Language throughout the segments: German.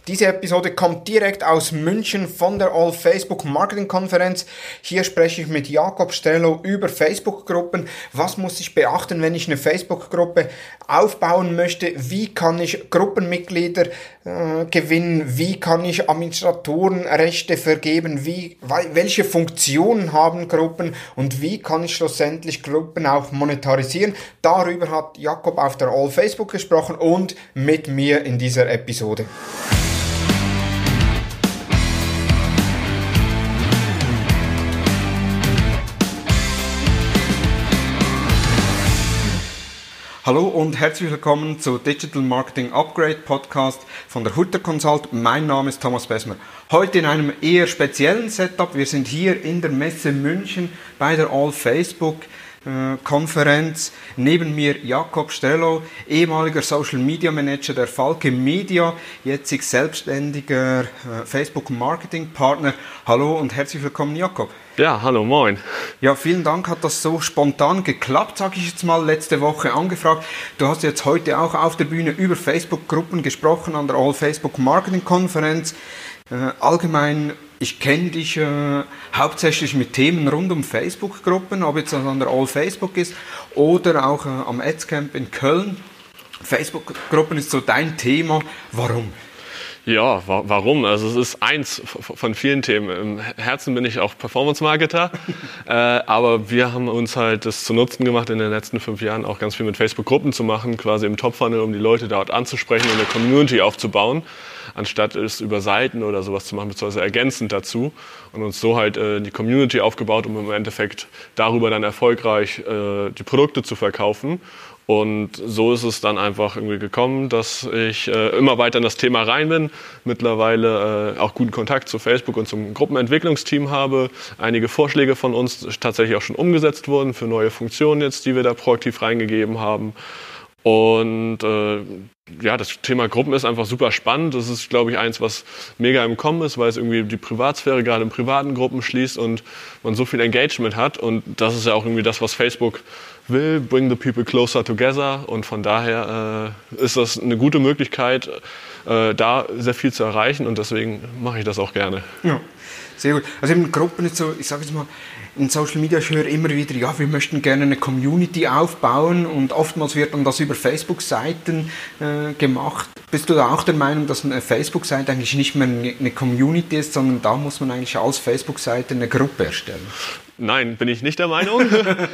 Diese Episode kommt direkt aus München von der All Facebook Marketing Konferenz. Hier spreche ich mit Jakob Strello über Facebook-Gruppen. Was muss ich beachten, wenn ich eine Facebook-Gruppe aufbauen möchte? Wie kann ich Gruppenmitglieder gewinnen? Wie kann ich Administratorenrechte vergeben? Welche Funktionen haben Gruppen? Und wie kann ich schlussendlich Gruppen auch monetarisieren? Darüber hat Jakob auf der All Facebook gesprochen und mit mir in dieser Episode. Hallo und herzlich willkommen zu Digital Marketing Upgrade Podcast von der Hutter Consult. Mein Name ist Thomas Besmer. Heute in einem eher speziellen Setup. Wir sind hier in der Messe München bei der All Facebook Konferenz. Neben mir Jakob Strello, ehemaliger Social Media Manager der Falke Media, jetzt selbstständiger Facebook Marketing Partner. Hallo und herzlich willkommen, Jakob. Ja, hallo, moin. Ja, vielen Dank, hat das so spontan geklappt, sage ich jetzt mal, letzte Woche angefragt. Du hast jetzt heute auch auf der Bühne über Facebook-Gruppen gesprochen an der All Facebook Marketing Konferenz. Allgemein, ich kenne dich hauptsächlich mit Themen rund um Facebook-Gruppen, ob jetzt das an der All Facebook ist oder auch am Adscamp in Köln. Facebook-Gruppen ist so dein Thema. Warum? Ja, warum? Also es ist eins von vielen Themen. Im Herzen bin ich auch Performance-Marketer, aber wir haben uns halt das zu Nutzen gemacht, in den letzten 5 Jahren auch ganz viel mit Facebook-Gruppen zu machen, quasi im Top-Funnel, um die Leute dort anzusprechen und eine Community aufzubauen, anstatt es über Seiten oder sowas zu machen, beziehungsweise ergänzend dazu, und uns so halt die Community aufgebaut, um im Endeffekt darüber dann erfolgreich die Produkte zu verkaufen. Und so ist es dann einfach irgendwie gekommen, dass ich immer weiter in das Thema rein bin, mittlerweile auch guten Kontakt zu Facebook und zum Gruppenentwicklungsteam habe, einige Vorschläge von uns tatsächlich auch schon umgesetzt wurden für neue Funktionen jetzt, die wir da proaktiv reingegeben haben. Und ja, das Thema Gruppen ist einfach super spannend. Das ist, glaube ich, eins, was mega im Kommen ist, weil es irgendwie die Privatsphäre gerade in privaten Gruppen schließt und man so viel Engagement hat. Und das ist ja auch irgendwie das, was Facebook will, bring the people closer together. Und von daher ist das eine gute Möglichkeit, da sehr viel zu erreichen. Und deswegen mache ich das auch gerne. Ja, sehr gut. Also in Gruppen ist so, ich sage jetzt mal, in Social Media, ich höre immer wieder, ja, wir möchten gerne eine Community aufbauen und oftmals wird dann das über Facebook-Seiten gemacht. Bist du da auch der Meinung, dass eine Facebook-Seite eigentlich nicht mehr eine Community ist, sondern da muss man eigentlich als Facebook-Seite eine Gruppe erstellen? Nein, bin ich nicht der Meinung.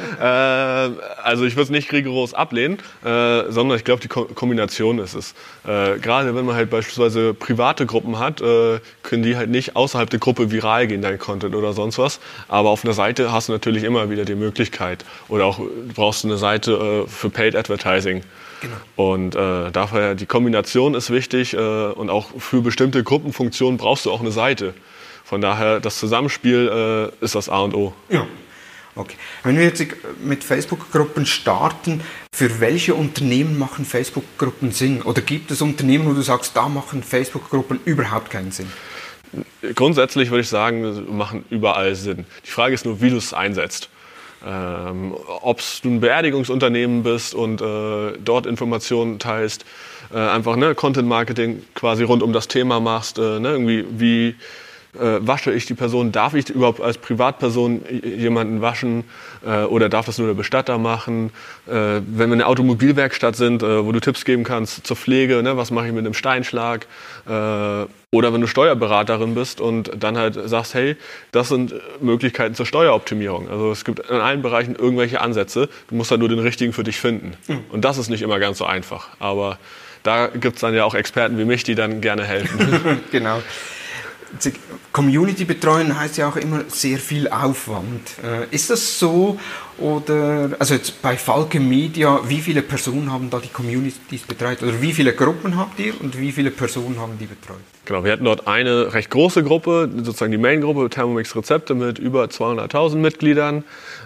Also ich würde es nicht rigoros ablehnen, sondern ich glaube, die Kombination ist es. Gerade wenn man halt beispielsweise private Gruppen hat, können die halt nicht außerhalb der Gruppe viral gehen, dein Content oder sonst was. Aber auf einer Seite hast du natürlich immer wieder die Möglichkeit. Oder auch brauchst du eine Seite für Paid Advertising. Genau. Und dafür die Kombination ist wichtig und auch für bestimmte Gruppenfunktionen brauchst du auch eine Seite. Von daher, das Zusammenspiel ist das A und O. Ja, okay. Wenn wir jetzt mit Facebook-Gruppen starten, für welche Unternehmen machen Facebook-Gruppen Sinn? Oder gibt es Unternehmen, wo du sagst, da machen Facebook-Gruppen überhaupt keinen Sinn? Grundsätzlich würde ich sagen, machen überall Sinn. Die Frage ist nur, wie du es einsetzt. Ob du ein Beerdigungsunternehmen bist und dort Informationen teilst, einfach Content-Marketing quasi rund um das Thema machst, irgendwie wie wasche ich die Person, darf ich überhaupt als Privatperson jemanden waschen oder darf das nur der Bestatter machen? Wenn wir in der Automobilwerkstatt sind, wo du Tipps geben kannst zur Pflege, was mache ich mit einem Steinschlag? Oder wenn du Steuerberaterin bist und dann halt sagst, hey, das sind Möglichkeiten zur Steueroptimierung. Also es gibt in allen Bereichen irgendwelche Ansätze, du musst halt nur den richtigen für dich finden. Und das ist nicht immer ganz so einfach, aber da gibt es dann ja auch Experten wie mich, die dann gerne helfen. Genau. Community betreuen heißt ja auch immer sehr viel Aufwand. Ist das so? Oder, also jetzt bei Falke Media, wie viele Personen haben da die Communities betreut? Oder wie viele Gruppen habt ihr und wie viele Personen haben die betreut? Genau, wir hatten dort eine recht große Gruppe, sozusagen die Main-Gruppe Thermomix Rezepte mit über 200.000 Mitgliedern.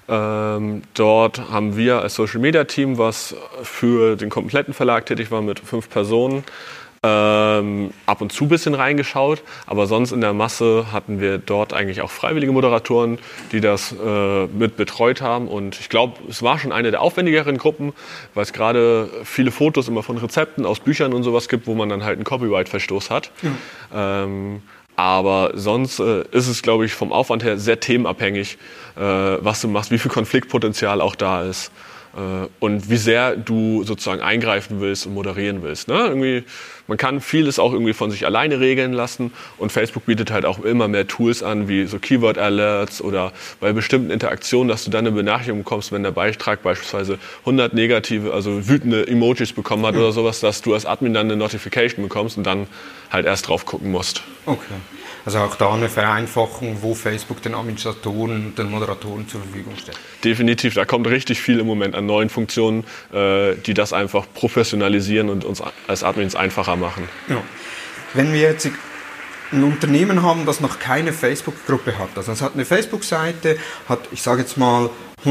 Dort haben wir als Social-Media-Team, was für den kompletten Verlag tätig war, mit 5 Personen, ab und zu ein bisschen reingeschaut, aber sonst in der Masse hatten wir dort eigentlich auch freiwillige Moderatoren, die das mit betreut haben, und ich glaube, es war schon eine der aufwendigeren Gruppen, weil es gerade viele Fotos immer von Rezepten aus Büchern und sowas gibt, wo man dann halt einen Copyright-Verstoß hat. Ja. Aber sonst ist es, glaube ich, vom Aufwand her sehr themenabhängig, was du machst, wie viel Konfliktpotenzial auch da ist. Und wie sehr du sozusagen eingreifen willst und moderieren willst. Ne? Irgendwie, man kann vieles auch irgendwie von sich alleine regeln lassen, und Facebook bietet halt auch immer mehr Tools an, wie so Keyword-Alerts oder bei bestimmten Interaktionen, dass du dann eine Benachrichtigung bekommst, wenn der Beitrag beispielsweise 100 negative, also wütende Emojis bekommen hat oder sowas, dass du als Admin dann eine Notification bekommst und dann halt erst drauf gucken musst. Okay. Also auch da eine Vereinfachung, wo Facebook den Administratoren und den Moderatoren zur Verfügung stellt. Definitiv, da kommt richtig viel im Moment an neuen Funktionen, die das einfach professionalisieren und uns als Admins einfacher machen. Ja. Wenn wir jetzt ein Unternehmen haben, das noch keine Facebook-Gruppe hat, also es hat eine Facebook-Seite, hat, ich sage jetzt mal,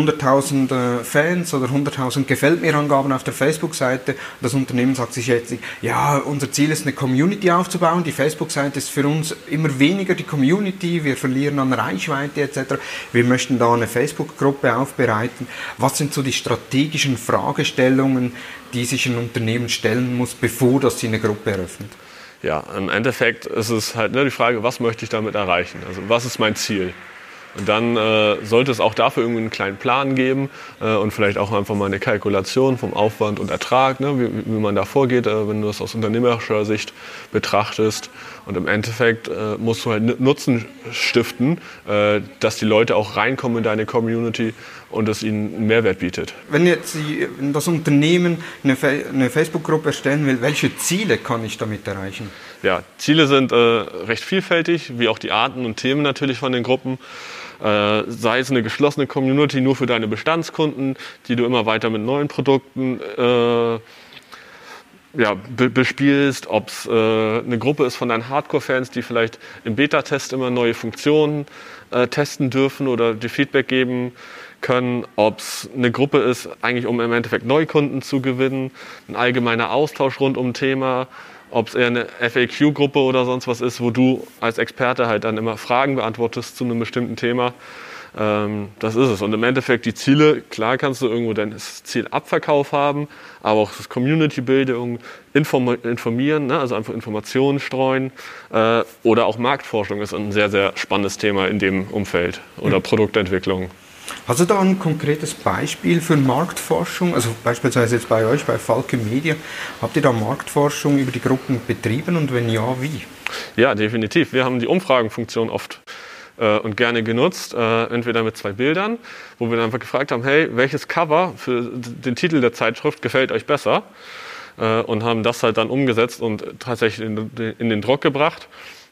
100.000 Fans oder 100.000 Gefällt-mir-Angaben auf der Facebook-Seite. Das Unternehmen sagt sich jetzt, ja, unser Ziel ist, eine Community aufzubauen. Die Facebook-Seite ist für uns immer weniger die Community. Wir verlieren an Reichweite etc. Wir möchten da eine Facebook-Gruppe aufbereiten. Was sind so die strategischen Fragestellungen, die sich ein Unternehmen stellen muss, bevor das sie eine Gruppe eröffnet? Ja, im Endeffekt ist es halt die Frage, was möchte ich damit erreichen? Also was ist mein Ziel? Und dann sollte es auch dafür irgendwie einen kleinen Plan geben und vielleicht auch einfach mal eine Kalkulation vom Aufwand und Ertrag, ne, wie man da vorgeht, wenn du das aus unternehmerischer Sicht betrachtest. Und im Endeffekt musst du halt Nutzen stiften, dass die Leute auch reinkommen in deine Community und es ihnen einen Mehrwert bietet. Wenn jetzt das Unternehmen eine Facebook-Gruppe erstellen will, welche Ziele kann ich damit erreichen? Ja, Ziele sind recht vielfältig, wie auch die Arten und Themen natürlich von den Gruppen. Sei es eine geschlossene Community nur für deine Bestandskunden, die du immer weiter mit neuen Produkten bespielst, ob es eine Gruppe ist von deinen Hardcore-Fans, die vielleicht im Beta-Test immer neue Funktionen testen dürfen oder dir Feedback geben können, ob es eine Gruppe ist, eigentlich um im Endeffekt Neukunden zu gewinnen, ein allgemeiner Austausch rund um ein Thema, ob es eher eine FAQ-Gruppe oder sonst was ist, wo du als Experte halt dann immer Fragen beantwortest zu einem bestimmten Thema. Das ist es. Und im Endeffekt die Ziele, klar kannst du irgendwo dein Ziel Abverkauf haben, aber auch das Community-Bildung, informieren, ne? Also einfach Informationen streuen oder auch Marktforschung ist ein sehr, sehr spannendes Thema in dem Umfeld oder Produktentwicklung. Hast du da ein konkretes Beispiel für Marktforschung? Also beispielsweise jetzt bei euch, bei Falke Media, habt ihr da Marktforschung über die Gruppen betrieben und wenn ja, wie? Ja, definitiv. Wir haben die Umfragenfunktion oft und gerne genutzt, entweder mit 2 Bildern, wo wir dann einfach gefragt haben, hey, welches Cover für den Titel der Zeitschrift gefällt euch besser? Und haben das halt dann umgesetzt und tatsächlich in den Druck gebracht.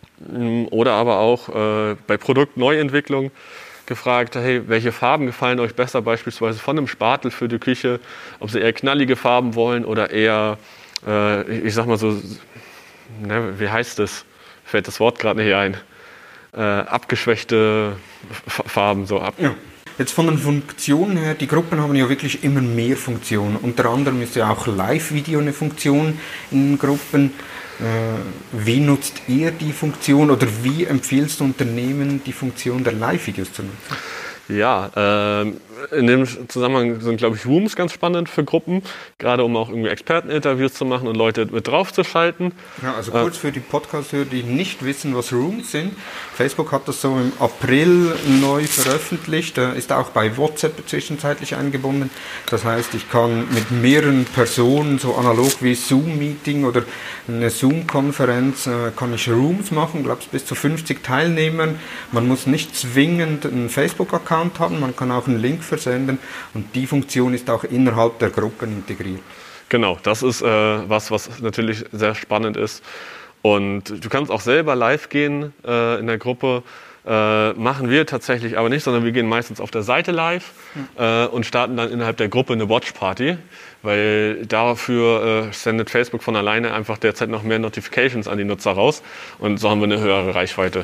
Oder aber auch bei Produktneuentwicklung gefragt, hey, welche Farben gefallen euch besser, beispielsweise von einem Spatel für die Küche, ob sie eher knallige Farben wollen oder eher, ich sag mal so, ne, wie heißt das? Fällt das Wort gerade nicht ein. Abgeschwächte Farben. So ab. Ja. Jetzt von den Funktionen her, die Gruppen haben ja wirklich immer mehr Funktionen. Unter anderem ist ja auch Live-Video eine Funktion in Gruppen. Wie nutzt ihr die Funktion oder wie empfiehlst du Unternehmen, die Funktion der Live-Videos zu nutzen? Ja, in dem Zusammenhang sind, glaube ich, Rooms ganz spannend für Gruppen, gerade um auch irgendwie Experteninterviews zu machen und Leute mit draufzuschalten. Ja, also kurz für die Podcast-Hörer, die nicht wissen, was Rooms sind. Facebook hat das so im April neu veröffentlicht, ist auch bei WhatsApp zwischenzeitlich eingebunden. Das heißt, ich kann mit mehreren Personen, so analog wie Zoom-Meeting oder eine Zoom-Konferenz, kann ich Rooms machen, glaube ich, bis zu 50 Teilnehmern. Man muss nicht zwingend einen Facebook-Account haben, man kann auch einen Link versenden und die Funktion ist auch innerhalb der Gruppen integriert. Genau, das ist was natürlich sehr spannend ist. Und du kannst auch selber live gehen in der Gruppe. Machen wir tatsächlich aber nicht, sondern wir gehen meistens auf der Seite live und starten dann innerhalb der Gruppe eine Watch-Party, weil dafür sendet Facebook von alleine einfach derzeit noch mehr Notifications an die Nutzer raus und so haben wir eine höhere Reichweite.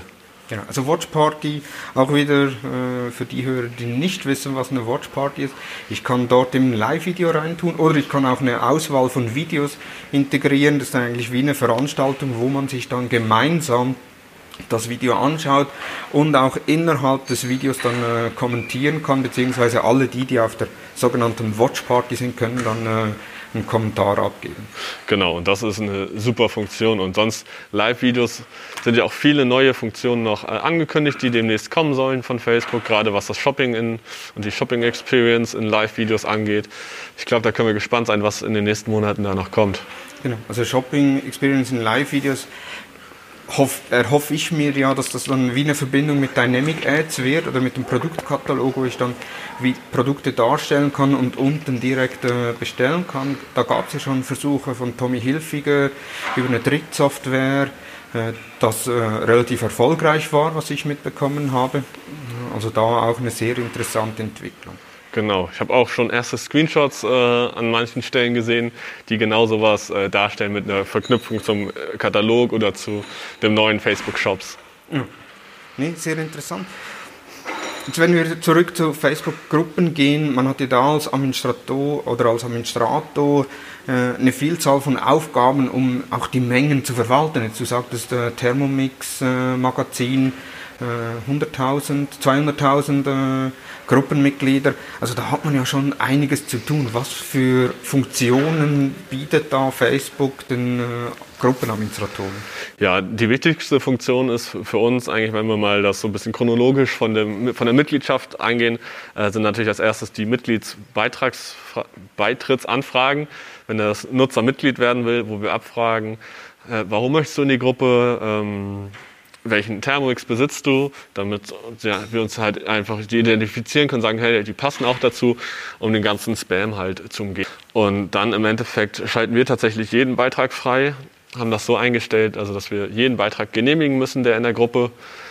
Genau, also Watch Party, auch wieder für die Hörer, die nicht wissen, was eine Watch Party ist. Ich kann dort ein Live-Video reintun oder ich kann auch eine Auswahl von Videos integrieren. Das ist eigentlich wie eine Veranstaltung, wo man sich dann gemeinsam das Video anschaut und auch innerhalb des Videos dann kommentieren kann, beziehungsweise alle die auf der sogenannten Watch Party sind, können dann einen Kommentar abgeben. Genau, und das ist eine super Funktion. Und sonst Live-Videos sind ja auch viele neue Funktionen noch angekündigt, die demnächst kommen sollen von Facebook, gerade was das Shopping und die Shopping-Experience in Live-Videos angeht. Ich glaube, da können wir gespannt sein, was in den nächsten Monaten da noch kommt. Genau, also Shopping-Experience in Live-Videos erhoffe ich mir ja, dass das dann wie eine Verbindung mit Dynamic Ads wird oder mit dem Produktkatalog, wo ich dann wie Produkte darstellen kann und unten direkt bestellen kann. Da gab es ja schon Versuche von Tommy Hilfiger über eine Drittsoftware, das relativ erfolgreich war, was ich mitbekommen habe. Also da auch eine sehr interessante Entwicklung. Genau, ich habe auch schon erste Screenshots an manchen Stellen gesehen, die genau sowas darstellen mit einer Verknüpfung zum Katalog oder zu dem neuen Facebook-Shops. Ja. Nee, sehr interessant. Jetzt, wenn wir zurück zu Facebook-Gruppen gehen, man hatte da als Administrator eine Vielzahl von Aufgaben, um auch die Mengen zu verwalten. Jetzt, du sagtest Thermomix-Magazin, 100.000, 200.000 Gruppenmitglieder. Also da hat man ja schon einiges zu tun. Was für Funktionen bietet da Facebook den Gruppenadministratoren? Ja, die wichtigste Funktion ist für uns eigentlich, wenn wir mal das so ein bisschen chronologisch von der Mitgliedschaft eingehen, sind natürlich als erstes die Mitgliedsbeitrittsanfragen. Wenn der Nutzer Mitglied werden will, wo wir abfragen, warum möchtest du in die Gruppe, welchen Thermomix besitzt du, damit wir uns halt einfach identifizieren können, sagen, hey, die passen auch dazu, um den ganzen Spam halt zu umgehen. Und dann im Endeffekt schalten wir tatsächlich jeden Beitrag frei, haben das so eingestellt, also dass wir jeden Beitrag genehmigen müssen, der in der Gruppe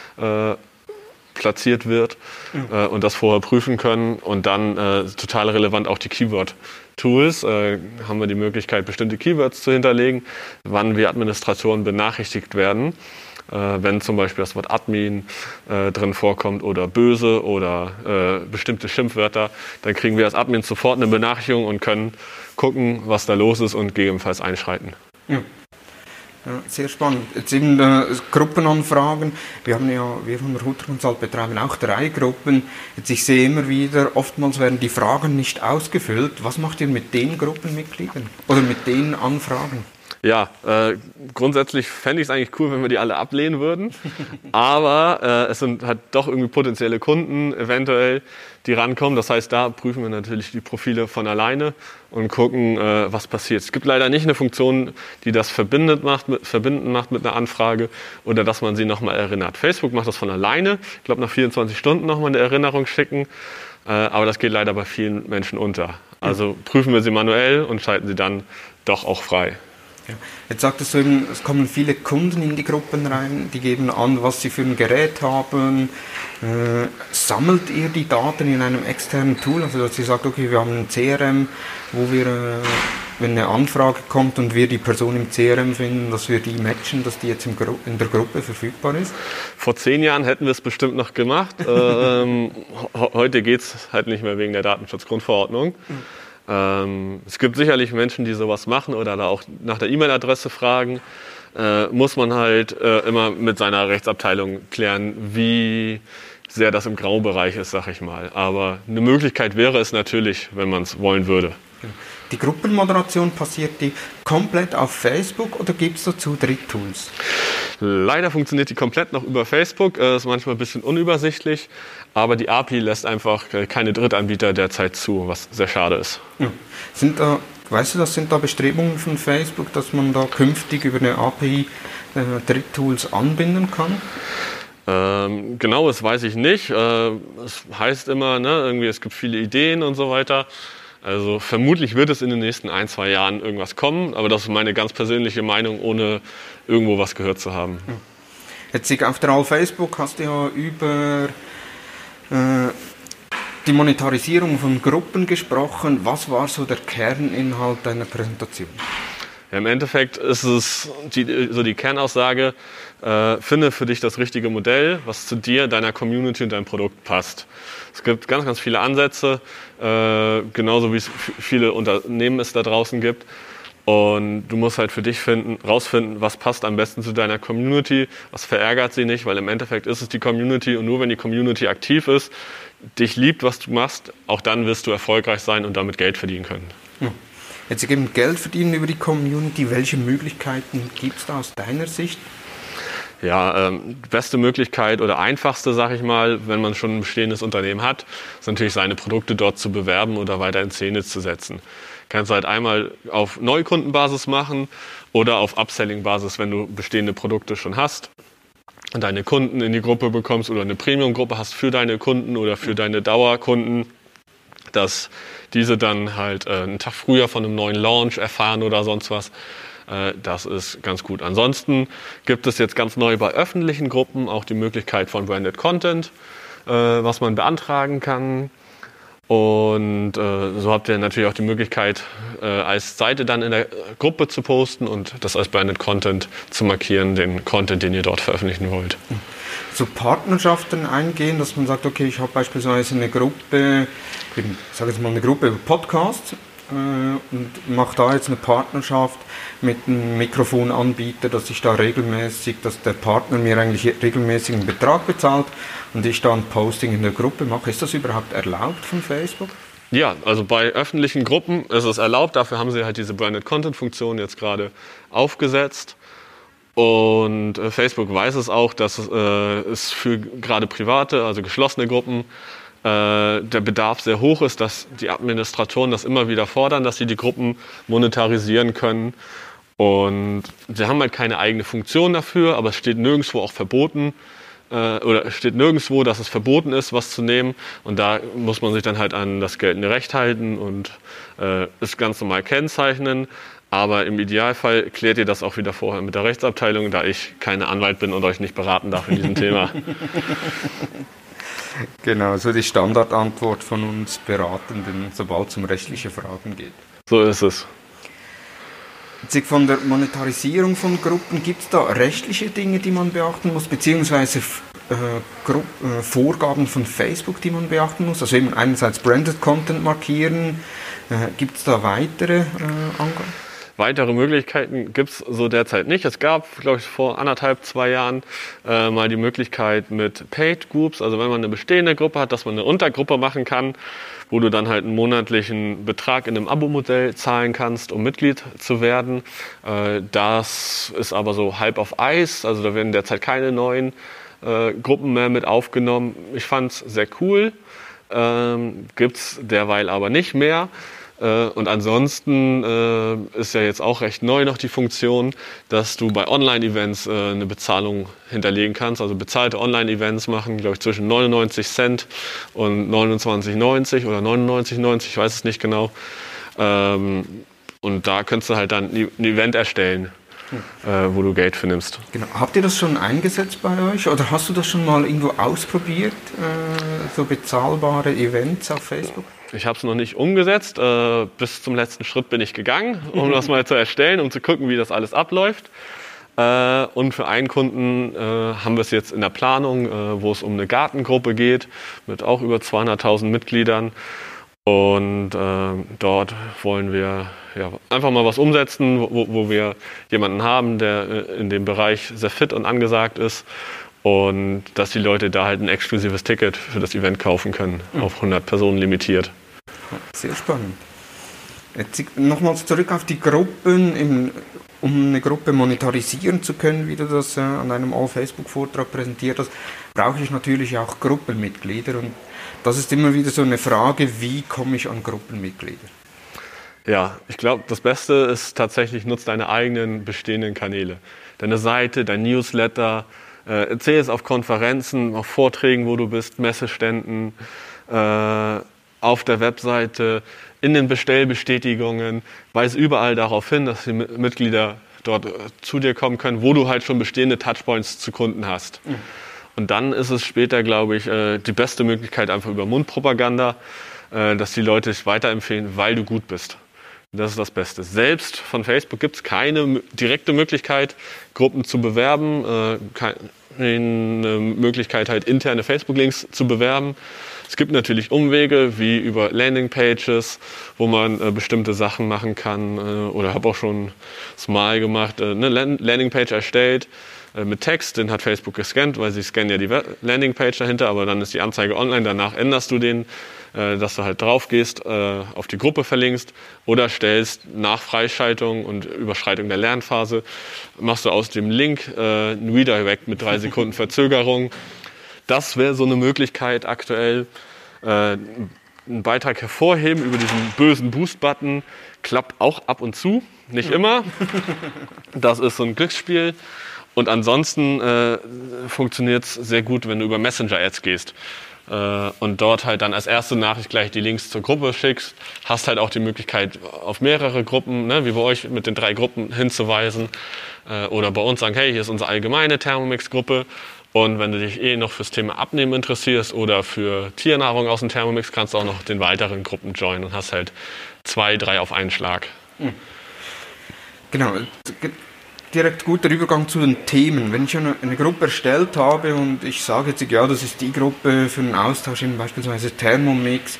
platziert wird und das vorher prüfen können. Und dann total relevant auch die Keyword-Tools. Haben wir die Möglichkeit, bestimmte Keywords zu hinterlegen, wann wir Administratoren benachrichtigt werden. Wenn zum Beispiel das Wort Admin drin vorkommt oder böse oder bestimmte Schimpfwörter, dann kriegen wir als Admin sofort eine Benachrichtigung und können gucken, was da los ist und gegebenenfalls einschreiten. Ja. Ja, sehr spannend. Jetzt eben Gruppenanfragen. Wir von der Hutter Consult betreiben auch 3 Gruppen. Jetzt, ich sehe immer wieder, oftmals werden die Fragen nicht ausgefüllt. Was macht ihr mit den Gruppenmitgliedern oder mit den Anfragen? Ja, grundsätzlich fände ich es eigentlich cool, wenn wir die alle ablehnen würden. Aber es sind halt doch irgendwie potenzielle Kunden eventuell, die rankommen. Das heißt, da prüfen wir natürlich die Profile von alleine und gucken, was passiert. Es gibt leider nicht eine Funktion, die das verbinden macht mit einer Anfrage oder dass man sie nochmal erinnert. Facebook macht das von alleine. Ich glaube, nach 24 Stunden nochmal eine Erinnerung schicken. Aber das geht leider bei vielen Menschen unter. Also prüfen wir sie manuell und schalten sie dann doch auch frei. Ja. Jetzt sagtest du eben, es kommen viele Kunden in die Gruppen rein, die geben an, was sie für ein Gerät haben. Sammelt ihr die Daten in einem externen Tool? Also dass ihr sagt, okay, wir haben ein CRM, wo wir, wenn eine Anfrage kommt und wir die Person im CRM finden, dass wir die matchen, dass die jetzt in der Gruppe verfügbar ist? Vor 10 Jahren hätten wir es bestimmt noch gemacht. Heute geht es halt nicht mehr wegen der Datenschutzgrundverordnung. Es gibt sicherlich Menschen, die sowas machen oder da auch nach der E-Mail-Adresse fragen. Muss man halt immer mit seiner Rechtsabteilung klären, wie sehr das im Graubereich ist, sag ich mal. Aber eine Möglichkeit wäre es natürlich, wenn man es wollen würde. Die Gruppenmoderation, passiert die komplett auf Facebook oder gibt es dazu Dritttools? Leider funktioniert die komplett noch über Facebook, ist manchmal ein bisschen unübersichtlich, aber die API lässt einfach keine Drittanbieter derzeit zu, was sehr schade ist. Ja. Sind da Bestrebungen von Facebook, dass man da künftig über eine API Dritttools anbinden kann? Genaues weiß ich nicht. Es heißt immer, irgendwie es gibt viele Ideen und so weiter. Also vermutlich wird es in den nächsten 1-2 Jahren irgendwas kommen, aber das ist meine ganz persönliche Meinung, ohne irgendwo was gehört zu haben. Jetzt auf der All Facebook hast du ja über die Monetarisierung von Gruppen gesprochen. Was war so der Kerninhalt deiner Präsentation? Ja, im Endeffekt ist es die Kernaussage, finde für dich das richtige Modell, was zu dir, deiner Community und deinem Produkt passt. Es gibt ganz, ganz viele Ansätze, genauso wie es viele Unternehmen es da draußen gibt. Und du musst halt für dich rausfinden, was passt am besten zu deiner Community, was verärgert sie nicht, weil im Endeffekt ist es die Community und nur wenn die Community aktiv ist, dich liebt, was du machst, auch dann wirst du erfolgreich sein und damit Geld verdienen können. Ja. Jetzt eben Geld verdienen über die Community, welche Möglichkeiten gibt es da aus deiner Sicht? Ja, beste Möglichkeit oder einfachste, sag ich mal, wenn man schon ein bestehendes Unternehmen hat, ist natürlich seine Produkte dort zu bewerben oder weiter in Szene zu setzen. Kannst du halt einmal auf Neukundenbasis machen oder auf Upselling-Basis, wenn du bestehende Produkte schon hast und deine Kunden in die Gruppe bekommst oder eine Premium-Gruppe hast für deine Kunden oder für deine Dauerkunden, dass diese dann halt einen Tag früher von einem neuen Launch erfahren oder sonst was. Das ist ganz gut. Ansonsten gibt es jetzt ganz neu bei öffentlichen Gruppen auch die Möglichkeit von Branded Content, was man beantragen kann. Und so habt ihr natürlich auch die Möglichkeit, als Seite dann in der Gruppe zu posten und das als Branded Content zu markieren, den Content, den ihr dort veröffentlichen wollt. So Partnerschaften eingehen, dass man sagt, okay, ich habe beispielsweise eine Gruppe, ich sage jetzt mal eine Gruppe über Podcasts und mache da jetzt eine Partnerschaft mit einem Mikrofonanbieter, dass der Partner mir eigentlich regelmäßig einen Betrag bezahlt und ich da ein Posting in der Gruppe mache. Ist das überhaupt erlaubt von Facebook? Ja, also bei öffentlichen Gruppen ist es erlaubt. Dafür haben sie halt diese Branded Content Funktion jetzt gerade aufgesetzt. Und Facebook weiß es auch, dass es für gerade private, also geschlossene Gruppen, der Bedarf sehr hoch ist, dass die Administratoren das immer wieder fordern, dass sie die Gruppen monetarisieren können. Und sie haben halt keine eigene Funktion dafür, aber es steht nirgendwo auch verboten, oder steht nirgendwo, dass es verboten ist, was zu nehmen. Und da muss man sich dann halt an das geltende Recht halten und es ganz normal kennzeichnen. Aber im Idealfall klärt ihr das auch wieder vorher mit der Rechtsabteilung, da ich keine Anwalt bin und euch nicht beraten darf in diesem Thema. Genau, so die Standardantwort von uns Beratenden, sobald es um rechtliche Fragen geht. So ist es. Von der Monetarisierung von Gruppen, gibt es da rechtliche Dinge, die man beachten muss, beziehungsweise Vorgaben von Facebook, die man beachten muss? Also eben einerseits Branded Content markieren, gibt es da weitere Angaben? Weitere Möglichkeiten gibt es so derzeit nicht. Es gab, glaube ich, vor 2 Jahren mal die Möglichkeit mit Paid Groups, also wenn man eine bestehende Gruppe hat, dass man eine Untergruppe machen kann, wo du dann halt einen monatlichen Betrag in einem Abo-Modell zahlen kannst, um Mitglied zu werden. Das ist aber so halb auf Eis, also da werden derzeit keine neuen Gruppen mehr mit aufgenommen. Ich fand es sehr cool, gibt es derweil aber nicht mehr. Und ansonsten ist ja jetzt auch recht neu noch die Funktion, dass du bei Online-Events eine Bezahlung hinterlegen kannst. Also bezahlte Online-Events machen, glaube ich, zwischen 99 Cent und 29,90 oder 99,90, ich weiß es nicht genau. Und da könntest du halt dann ein Event erstellen, wo du Geld für nimmst. Genau. Habt ihr das schon eingesetzt bei euch oder hast du das schon mal irgendwo ausprobiert, so bezahlbare Events auf Facebook? Ich habe es noch nicht umgesetzt. Bis zum letzten Schritt bin ich gegangen, um das mal zu erstellen, um zu gucken, wie das alles abläuft. Und für einen Kunden haben wir es jetzt in der Planung, wo es um eine Gartengruppe geht, mit auch über 200.000 Mitgliedern. Und dort wollen wir einfach mal was umsetzen, wo wir jemanden haben, der in dem Bereich sehr fit und angesagt ist. Und dass die Leute da halt ein exklusives Ticket für das Event kaufen können, auf 100 Personen limitiert. Sehr spannend. Jetzt nochmals zurück auf die Gruppen. Um eine Gruppe monetarisieren zu können, wie du das an einem All-Facebook-Vortrag präsentiert hast, brauche ich natürlich auch Gruppenmitglieder. Und das ist immer wieder so eine Frage, wie komme ich an Gruppenmitglieder? Ja, ich glaube, das Beste ist tatsächlich, nutz deine eigenen bestehenden Kanäle. Deine Seite, dein Newsletter, erzähl es auf Konferenzen, auf Vorträgen, wo du bist, Messeständen, auf der Webseite, in den Bestellbestätigungen. Weis überall darauf hin, dass die Mitglieder dort zu dir kommen können, wo du halt schon bestehende Touchpoints zu Kunden hast. Mhm. Und dann ist es später, glaube ich, die beste Möglichkeit einfach über Mundpropaganda, dass die Leute dich weiterempfehlen, weil du gut bist. Das ist das Beste. Selbst von Facebook gibt es keine direkte Möglichkeit, Gruppen zu bewerben, keine Möglichkeit, halt interne Facebook-Links zu bewerben. Es gibt natürlich Umwege, wie über Landingpages, wo man bestimmte Sachen machen kann. Oder habe auch schon es mal gemacht, eine Landingpage erstellt mit Text, den hat Facebook gescannt, weil sie scannen ja die Landingpage dahinter, aber dann ist die Anzeige online, danach änderst du den, dass du halt drauf gehst, auf die Gruppe verlinkst oder stellst nach Freischaltung und Überschreitung der Lernphase, machst du aus dem Link ein Redirect mit 3 Sekunden Verzögerung. Das wäre so eine Möglichkeit aktuell. Einen Beitrag hervorheben über diesen bösen Boost-Button klappt auch ab und zu, nicht immer. Das ist so ein Glücksspiel. Und ansonsten funktioniert es sehr gut, wenn du über Messenger-Ads gehst und dort halt dann als erste Nachricht gleich die Links zur Gruppe schickst. Hast halt auch die Möglichkeit, auf mehrere Gruppen, ne, wie bei euch mit den 3 Gruppen hinzuweisen oder bei uns sagen, hey, hier ist unsere allgemeine Thermomix-Gruppe. Und wenn du dich noch fürs Thema Abnehmen interessierst oder für Tiernahrung aus dem Thermomix, kannst du auch noch den weiteren Gruppen joinen und hast halt 2, 3 auf einen Schlag. Genau. Direkt guter Übergang zu den Themen. Wenn ich eine Gruppe erstellt habe und ich sage jetzt, ja, das ist die Gruppe für den Austausch, in beispielsweise Thermomix,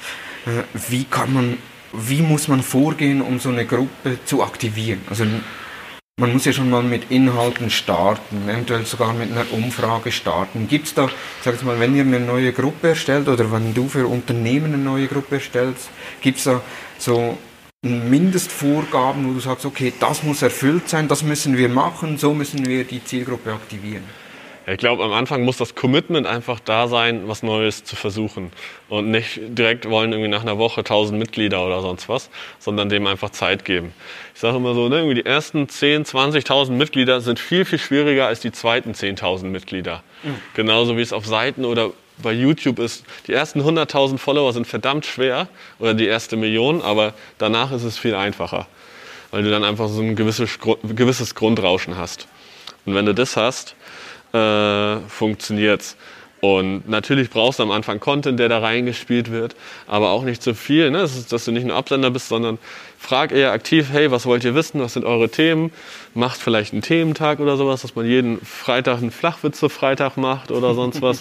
wie muss man vorgehen, um so eine Gruppe zu aktivieren? Also man muss ja schon mal mit Inhalten starten, eventuell sogar mit einer Umfrage starten. Gibt es da, sag jetzt mal, wenn ihr eine neue Gruppe erstellt oder wenn du für Unternehmen eine neue Gruppe erstellst, gibt es da so Mindestvorgaben, wo du sagst, okay, das muss erfüllt sein, das müssen wir machen, so müssen wir die Zielgruppe aktivieren? Ja, ich glaube, am Anfang muss das Commitment einfach da sein, was Neues zu versuchen. Und nicht direkt wollen irgendwie nach einer Woche 1000 Mitglieder oder sonst was, sondern dem einfach Zeit geben. Ich sage immer so, ne, irgendwie die ersten 10.000, 20.000 Mitglieder sind viel, viel schwieriger als die zweiten 10.000 Mitglieder. Genauso wie es auf Seiten oder bei YouTube ist, die ersten 100.000 Follower sind verdammt schwer oder die erste Million, aber danach ist es viel einfacher, weil du dann einfach so ein gewisses Grundrauschen hast. Und wenn du das hast, funktioniert's. Und natürlich brauchst du am Anfang Content, der da reingespielt wird, aber auch nicht zu viel, ne? Dass du nicht nur Absender bist, sondern frag eher aktiv, hey, was wollt ihr wissen, was sind eure Themen? Macht vielleicht einen Thementag oder sowas, dass man jeden Freitag einen Flachwitze-Freitag macht oder sonst was.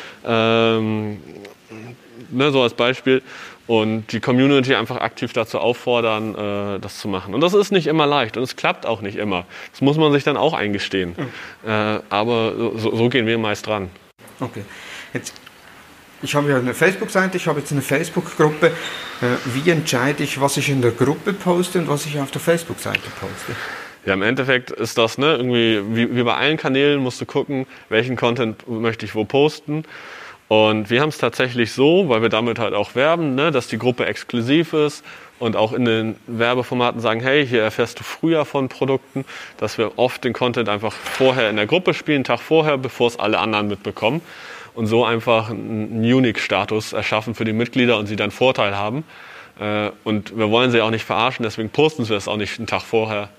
Ne, so als Beispiel. Und die Community einfach aktiv dazu auffordern, das zu machen. Und das ist nicht immer leicht und es klappt auch nicht immer. Das muss man sich dann auch eingestehen. Aber so gehen wir meist dran. Okay. Ich habe ja eine Facebook-Seite, ich habe jetzt eine Facebook-Gruppe. Wie entscheide ich, was ich in der Gruppe poste und was ich auf der Facebook-Seite poste? Ja, im Endeffekt ist das, ne, irgendwie wie bei allen Kanälen musst du gucken, welchen Content möchte ich wo posten. Und wir haben es tatsächlich so, weil wir damit halt auch werben, ne, dass die Gruppe exklusiv ist und auch in den Werbeformaten sagen, hey, hier erfährst du früher von Produkten, dass wir oft den Content einfach vorher in der Gruppe spielen, einen Tag vorher, bevor es alle anderen mitbekommen und so einfach einen Unique-Status erschaffen für die Mitglieder und sie dann Vorteil haben. Und wir wollen sie auch nicht verarschen, deswegen posten wir es auch nicht einen Tag vorher.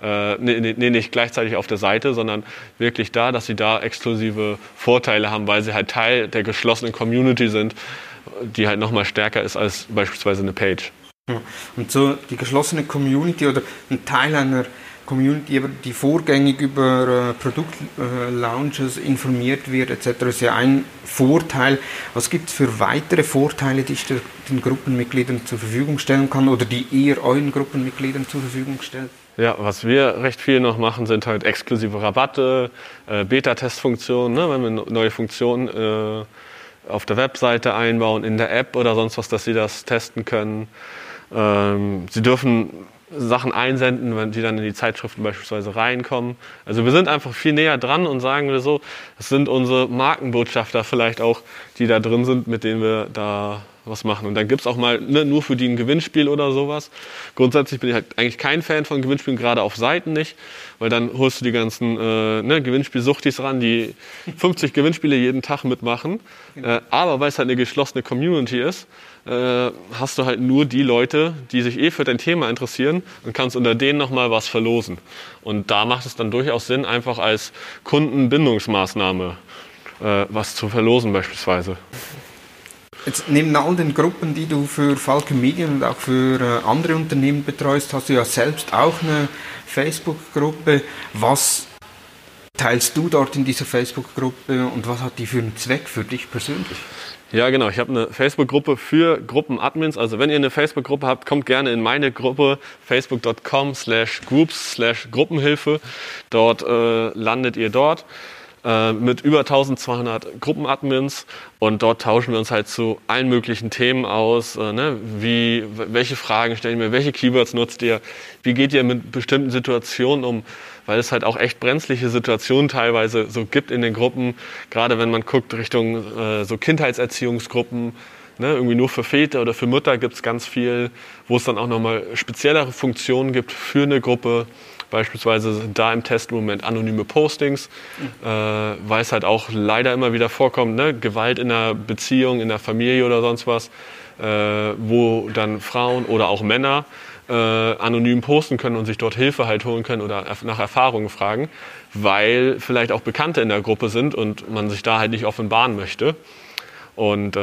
Nicht gleichzeitig auf der Seite, sondern wirklich da, dass sie da exklusive Vorteile haben, weil sie halt Teil der geschlossenen Community sind, die halt nochmal stärker ist als beispielsweise eine Page. Ja. Und so die geschlossene Community oder ein Teil einer Community, die vorgängig über Produktlaunches informiert wird etc., ist ja ein Vorteil. Was gibt es für weitere Vorteile, die ich den Gruppenmitgliedern zur Verfügung stellen kann oder die ihr euren Gruppenmitgliedern zur Verfügung stellt? Ja, was wir recht viel noch machen, sind halt exklusive Rabatte, Beta-Testfunktionen, ne, wenn wir neue Funktionen auf der Webseite einbauen, in der App oder sonst was, dass sie das testen können. Sie dürfen Sachen einsenden, wenn die dann in die Zeitschriften beispielsweise reinkommen. Also wir sind einfach viel näher dran und sagen wir so, es sind unsere Markenbotschafter vielleicht auch, die da drin sind, mit denen wir da was machen. Und dann gibt es auch mal nur für die ein Gewinnspiel oder sowas. Grundsätzlich bin ich halt eigentlich kein Fan von Gewinnspielen, gerade auf Seiten nicht, weil dann holst du die ganzen Gewinnspielsuchtis ran, die 50 Gewinnspiele jeden Tag mitmachen. Aber weil es halt eine geschlossene Community ist, hast du halt nur die Leute, die sich für dein Thema interessieren und kannst unter denen nochmal was verlosen. Und da macht es dann durchaus Sinn, einfach als Kundenbindungsmaßnahme was zu verlosen beispielsweise. Jetzt neben all den Gruppen, die du für Falcon Media und auch für andere Unternehmen betreust, hast du ja selbst auch eine Facebook-Gruppe. Was teilst du dort in dieser Facebook-Gruppe und was hat die für einen Zweck für dich persönlich? Ja, genau. Ich habe eine Facebook-Gruppe für Gruppenadmins. Also wenn ihr eine Facebook-Gruppe habt, kommt gerne in meine Gruppe facebook.com/groups/Gruppenhilfe. Dort landet ihr dort mit über 1200 Gruppenadmins und dort tauschen wir uns halt zu allen möglichen Themen aus. Welche Fragen stellen wir, welche Keywords nutzt ihr, wie geht ihr mit bestimmten Situationen um, weil es halt auch echt brenzliche Situationen teilweise so gibt in den Gruppen, gerade wenn man guckt Richtung so Kindheitserziehungsgruppen, ne, irgendwie nur für Väter oder für Mütter gibt es ganz viel, wo es dann auch nochmal speziellere Funktionen gibt für eine Gruppe. Beispielsweise sind da im Test im Moment anonyme Postings, weil es halt auch leider immer wieder vorkommt, ne? Gewalt in der Beziehung, in der Familie oder sonst was, wo dann Frauen oder auch Männer anonym posten können und sich dort Hilfe halt holen können oder nach Erfahrungen fragen, weil vielleicht auch Bekannte in der Gruppe sind und man sich da halt nicht offenbaren möchte. Und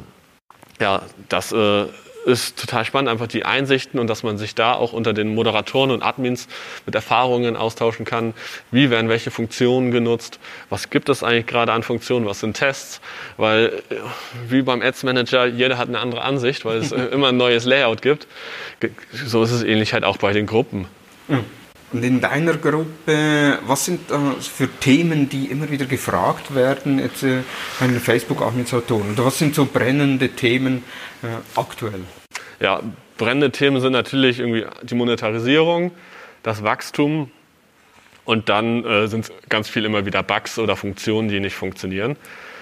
das ist total spannend, einfach die Einsichten und dass man sich da auch unter den Moderatoren und Admins mit Erfahrungen austauschen kann. Wie werden welche Funktionen genutzt? Was gibt es eigentlich gerade an Funktionen? Was sind Tests? Weil wie beim Ads Manager, jeder hat eine andere Ansicht, weil es immer ein neues Layout gibt. So ist es ähnlich halt auch bei den Gruppen. Und in deiner Gruppe, was sind für Themen, die immer wieder gefragt werden jetzt bei den Facebook-Administratoren? Oder was sind so brennende Themen aktuell? Ja, brennende Themen sind natürlich irgendwie die Monetarisierung, das Wachstum und dann sind es ganz viel immer wieder Bugs oder Funktionen, die nicht funktionieren,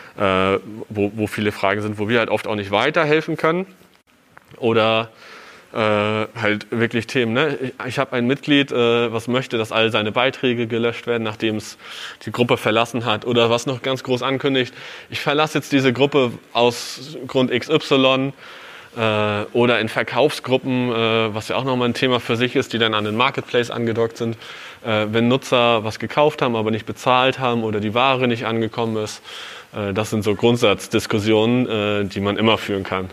wo viele Fragen sind, wo wir halt oft auch nicht weiterhelfen können oder halt wirklich Themen. Ne? Ich habe ein Mitglied, was möchte, dass all seine Beiträge gelöscht werden, nachdem es die Gruppe verlassen hat. Oder was noch ganz groß ankündigt, ich verlasse jetzt diese Gruppe aus Grund XY. Oder in Verkaufsgruppen, was ja auch nochmal ein Thema für sich ist, die dann an den Marketplace angedockt sind. Wenn Nutzer was gekauft haben, aber nicht bezahlt haben oder die Ware nicht angekommen ist. Das sind so Grundsatzdiskussionen, die man immer führen kann.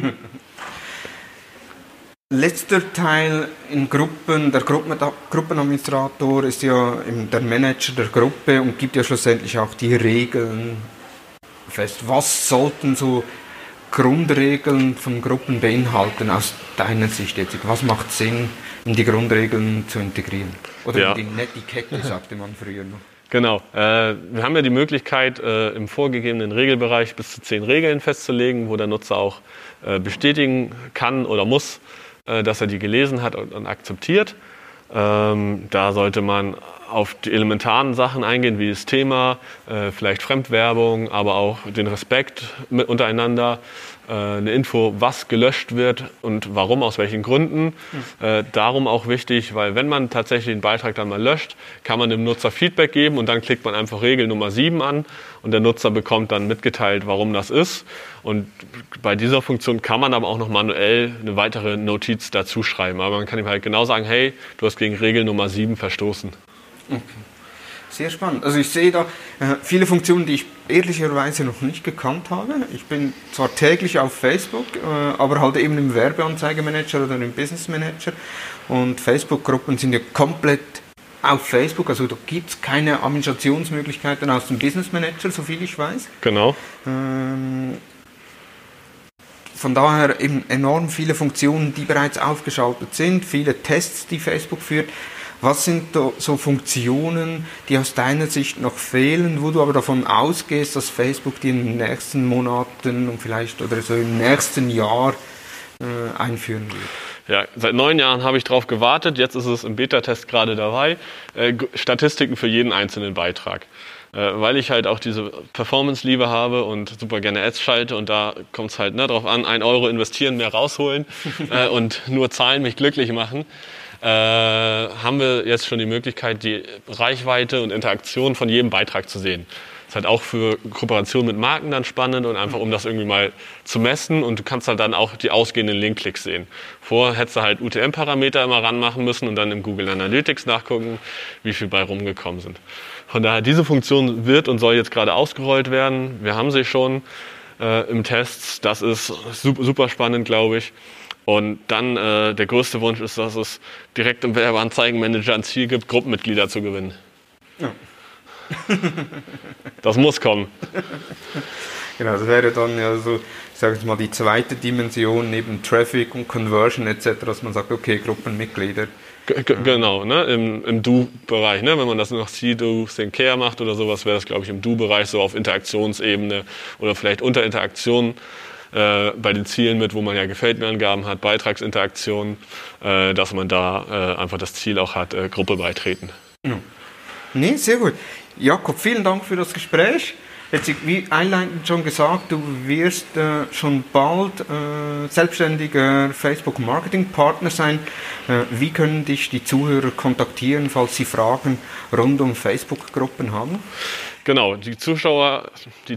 Letzter Teil in Gruppen, der Gruppenadministrator ist ja der Manager der Gruppe und gibt ja schlussendlich auch die Regeln fest. Was sollten so Grundregeln von Gruppen beinhalten aus deiner Sicht jetzt? Was macht Sinn, in die Grundregeln zu integrieren? Oder in die Netiquette, sagte man früher noch. Genau. Wir haben ja die Möglichkeit, im vorgegebenen Regelbereich bis zu 10 Regeln festzulegen, wo der Nutzer auch bestätigen kann oder muss, dass er die gelesen hat und akzeptiert. Da sollte man auf die elementaren Sachen eingehen, wie das Thema, vielleicht Fremdwerbung, aber auch den Respekt untereinander, eine Info, was gelöscht wird und warum, aus welchen Gründen. Darum auch wichtig, weil wenn man tatsächlich den Beitrag dann mal löscht, kann man dem Nutzer Feedback geben und dann klickt man einfach Regel Nummer 7 an und der Nutzer bekommt dann mitgeteilt, warum das ist. Und bei dieser Funktion kann man aber auch noch manuell eine weitere Notiz dazu schreiben. Aber man kann ihm halt genau sagen, hey, du hast gegen Regel Nummer 7 verstoßen. Okay. Sehr spannend. Also ich sehe da viele Funktionen, die ich ehrlicherweise noch nicht gekannt habe. Ich bin zwar täglich auf Facebook, aber halt eben im Werbeanzeigemanager oder im Business Manager. Und Facebook-Gruppen sind ja komplett auf Facebook, also da gibt es keine Administrationsmöglichkeiten aus dem Business Manager, soviel ich weiß. Genau. Von daher eben enorm viele Funktionen, die bereits aufgeschaltet sind, viele Tests, die Facebook führt. Was sind so Funktionen, die aus deiner Sicht noch fehlen, wo du aber davon ausgehst, dass Facebook die in den nächsten Monaten und vielleicht oder so im nächsten Jahr einführen wird? Ja, seit 9 Jahren habe ich darauf gewartet, jetzt ist es im Beta-Test gerade dabei. Statistiken für jeden einzelnen Beitrag. Weil ich halt auch diese Performance-Liebe habe und super gerne Ads schalte und da kommt es halt darauf an, 1 Euro investieren, mehr rausholen und nur Zahlen mich glücklich machen. Haben wir jetzt schon die Möglichkeit, die Reichweite und Interaktion von jedem Beitrag zu sehen. Das ist halt auch für Kooperation mit Marken dann spannend und einfach, um das irgendwie mal zu messen und du kannst halt dann auch die ausgehenden Link-Klicks sehen. Vorher hättest du halt UTM-Parameter immer ranmachen müssen und dann im Google Analytics nachgucken, wie viel bei rumgekommen sind. Von daher, diese Funktion wird und soll jetzt gerade ausgerollt werden. Wir haben sie schon. im Test. Das ist super spannend, glaube ich. Und dann der größte Wunsch ist, dass es direkt im Werbeanzeigenmanager ein Ziel gibt, Gruppenmitglieder zu gewinnen. Ja. Das muss kommen. Genau, das wäre dann ja so, ich sage jetzt mal, die zweite Dimension neben Traffic und Conversion etc., dass man sagt, okay, Gruppenmitglieder. Genau, ne? Im Do-Bereich. Ne? Wenn man das noch See, Do, Think, Care macht oder sowas, wäre das, glaube ich, im Do-Bereich so auf Interaktionsebene oder vielleicht unter Interaktion bei den Zielen mit, wo man ja gefällt mir Angaben hat, Beitragsinteraktionen, dass man da einfach das Ziel auch hat, Gruppe beitreten. Ja. Nee, sehr gut. Jakob, vielen Dank für das Gespräch. Jetzt, wie einleitend schon gesagt, du wirst schon bald selbstständiger Facebook-Marketing-Partner sein. Wie können dich die Zuhörer kontaktieren, falls sie Fragen rund um Facebook-Gruppen haben? Genau, die Zuhörer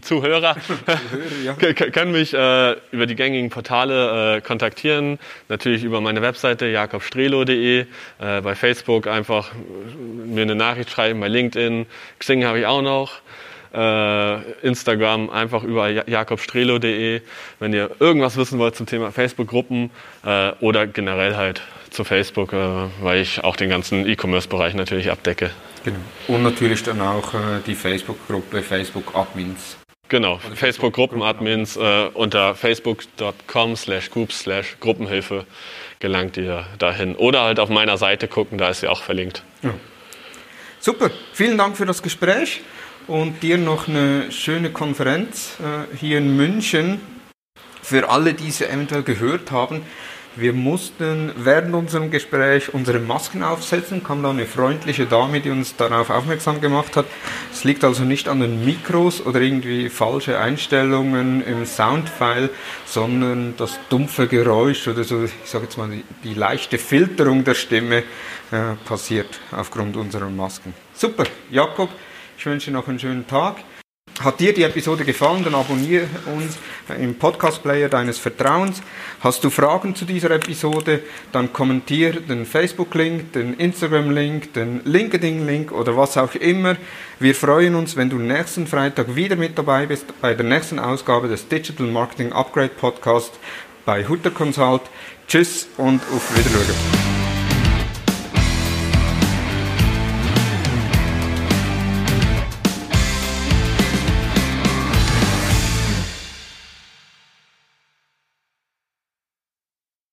ja. Können mich über die gängigen Portale kontaktieren. Natürlich über meine Webseite jakobstrelo.de, bei Facebook einfach mir eine Nachricht schreiben, bei LinkedIn, Xing habe ich auch noch. Instagram einfach über jakobstrelo.de, wenn ihr irgendwas wissen wollt zum Thema Facebook-Gruppen oder generell halt zu Facebook, weil ich auch den ganzen E-Commerce-Bereich natürlich abdecke. Genau. Und natürlich dann auch die Facebook-Gruppe, Facebook-Admins. Genau, Facebook-Gruppen-Admins unter facebook.com/groups/Gruppenhilfe gelangt ihr dahin. Oder halt auf meiner Seite gucken, da ist sie auch verlinkt. Ja. Super, vielen Dank für das Gespräch. Und dir noch eine schöne Konferenz hier in München. Für alle, die es eventuell gehört haben, wir mussten während unserem Gespräch unsere Masken aufsetzen, kam da eine freundliche Dame, die uns darauf aufmerksam gemacht hat. Es liegt also nicht an den Mikros oder irgendwie falsche Einstellungen im Soundfile, sondern das dumpfe Geräusch oder so, ich sage jetzt mal die leichte Filterung der Stimme passiert aufgrund unserer Masken. Super, Jakob. Ich wünsche dir noch einen schönen Tag. Hat dir die Episode gefallen, dann abonniere uns im Podcast-Player deines Vertrauens. Hast du Fragen zu dieser Episode, dann kommentiere den Facebook-Link, den Instagram-Link, den LinkedIn-Link oder was auch immer. Wir freuen uns, wenn du nächsten Freitag wieder mit dabei bist bei der nächsten Ausgabe des Digital Marketing Upgrade Podcast bei Hutter Consult. Tschüss und auf Wiedersehen.